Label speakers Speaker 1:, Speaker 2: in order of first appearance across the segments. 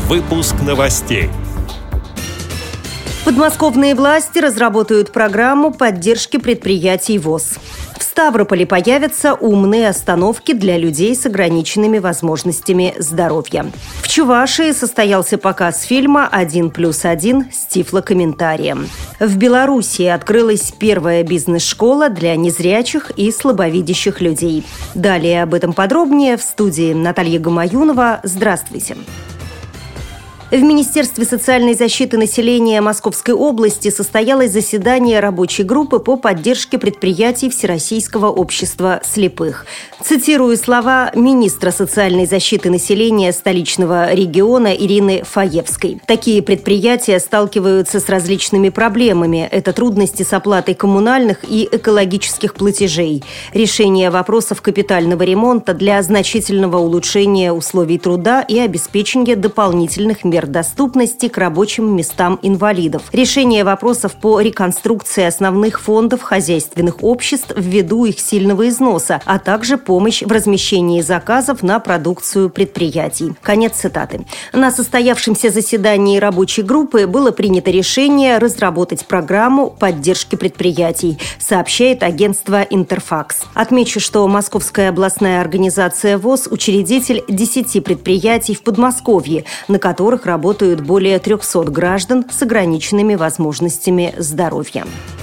Speaker 1: Выпуск новостей.
Speaker 2: Подмосковные власти разработают программу поддержки предприятий ВОС. В Ставрополе появятся умные остановки для людей с ограниченными возможностями здоровья. В Чувашии состоялся показ фильма «1+1» с тифлокомментарием. В Белоруссии открылась первая бизнес-школа для незрячих и слабовидящих людей. Далее об этом подробнее в студии Наталья Гамаюнова. Здравствуйте. В Министерстве социальной защиты населения Московской области состоялось заседание рабочей группы по поддержке предприятий Всероссийского общества слепых. Цитирую слова министра социальной защиты населения столичного региона Ирины Фаевской. Такие предприятия сталкиваются с различными проблемами. Это трудности с оплатой коммунальных и экологических платежей, решение вопросов капитального ремонта для значительного улучшения условий труда и обеспечения дополнительных мер доступности к рабочим местам инвалидов, решение вопросов по реконструкции основных фондов хозяйственных обществ ввиду их сильного износа, а также помощь в размещении заказов на продукцию предприятий. Конец цитаты. На состоявшемся заседании рабочей группы было принято решение разработать программу поддержки предприятий, сообщает агентство «Интерфакс». Отмечу, что Московская областная организация ВОС – учредитель 10 предприятий в Подмосковье, на которых работают более 300 граждан с ограниченными возможностями здоровья.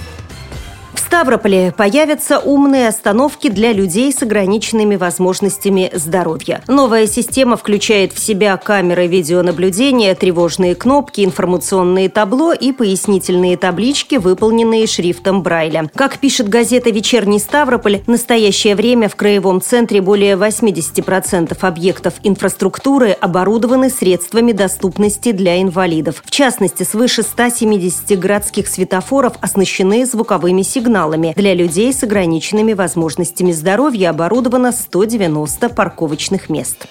Speaker 2: В Ставрополе появятся умные остановки для людей с ограниченными возможностями здоровья. Новая система включает в себя камеры видеонаблюдения, тревожные кнопки, информационные табло и пояснительные таблички, выполненные шрифтом Брайля. Как пишет газета «Вечерний Ставрополь», в настоящее время в краевом центре более 80% объектов инфраструктуры оборудованы средствами доступности для инвалидов. В частности, свыше 170 городских светофоров оснащены звуковыми сигналами. Для людей с ограниченными возможностями здоровья оборудовано 190 парковочных мест.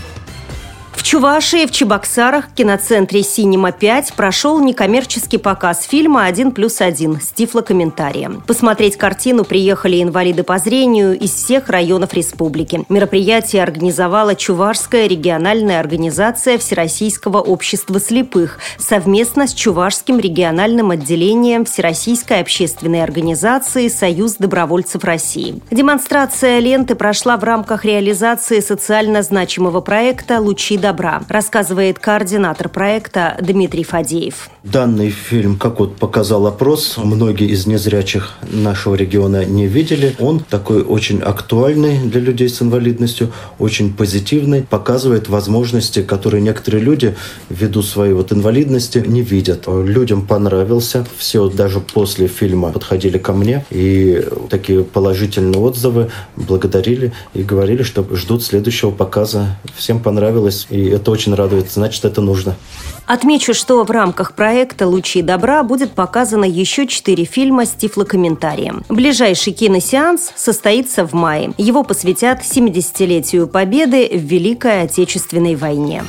Speaker 2: В Чувашии, в Чебоксарах, в киноцентре «Синема-5» прошел некоммерческий показ фильма «1+1» с тифлокомментарием. Посмотреть картину приехали инвалиды по зрению из всех районов республики. Мероприятие организовала Чувашская региональная организация Всероссийского общества слепых совместно с Чувашским региональным отделением Всероссийской общественной организации «Союз добровольцев России». Демонстрация ленты прошла в рамках реализации социально значимого проекта «Лучи добра», рассказывает координатор проекта Дмитрий Фадеев.
Speaker 3: Данный фильм, как вот показал опрос, многие из незрячих нашего региона не видели. Он такой очень актуальный для людей с инвалидностью, очень позитивный, показывает возможности, которые некоторые люди ввиду своей инвалидности не видят. Людям понравился. Все даже после фильма подходили ко мне и такие положительные отзывы благодарили и говорили, что ждут следующего показа. Всем понравилось, и это очень радует. Значит, это нужно.
Speaker 2: Отмечу, что в рамках проекта «Лучи добра» будет показано еще 4 фильма с тифлокомментарием. Ближайший киносеанс состоится в мае. Его посвятят 70-летию Победы в Великой Отечественной войне.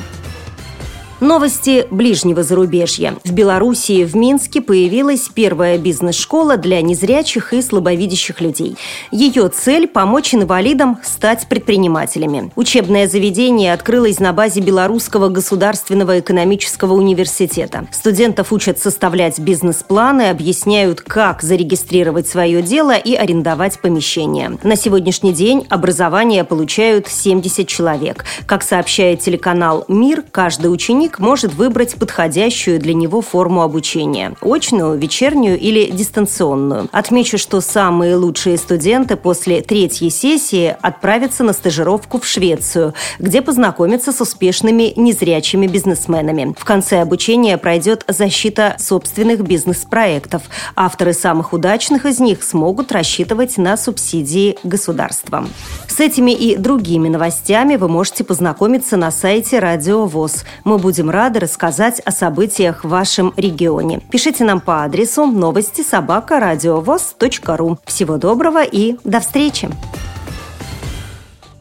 Speaker 2: Новости ближнего зарубежья. В Белоруссии, в Минске, появилась первая бизнес-школа для незрячих и слабовидящих людей. Ее цель – помочь инвалидам стать предпринимателями. Учебное заведение открылось на базе Белорусского государственного экономического университета. Студентов учат составлять бизнес-планы, объясняют, как зарегистрировать свое дело и арендовать помещение. На сегодняшний день образование получают 70 человек. Как сообщает телеканал «Мир», каждый ученик может выбрать подходящую для него форму обучения – очную, вечернюю или дистанционную. Отмечу, что самые лучшие студенты после 3-й сессии отправятся на стажировку в Швецию, где познакомятся с успешными незрячими бизнесменами. В конце обучения пройдет защита собственных бизнес-проектов. Авторы самых удачных из них смогут рассчитывать на субсидии государства. С этими и другими новостями вы можете познакомиться на сайте Радио ВОС. Мы будем рады рассказать о событиях в вашем регионе. Пишите нам по адресу новости@радиовос.ру. Всего доброго и до встречи!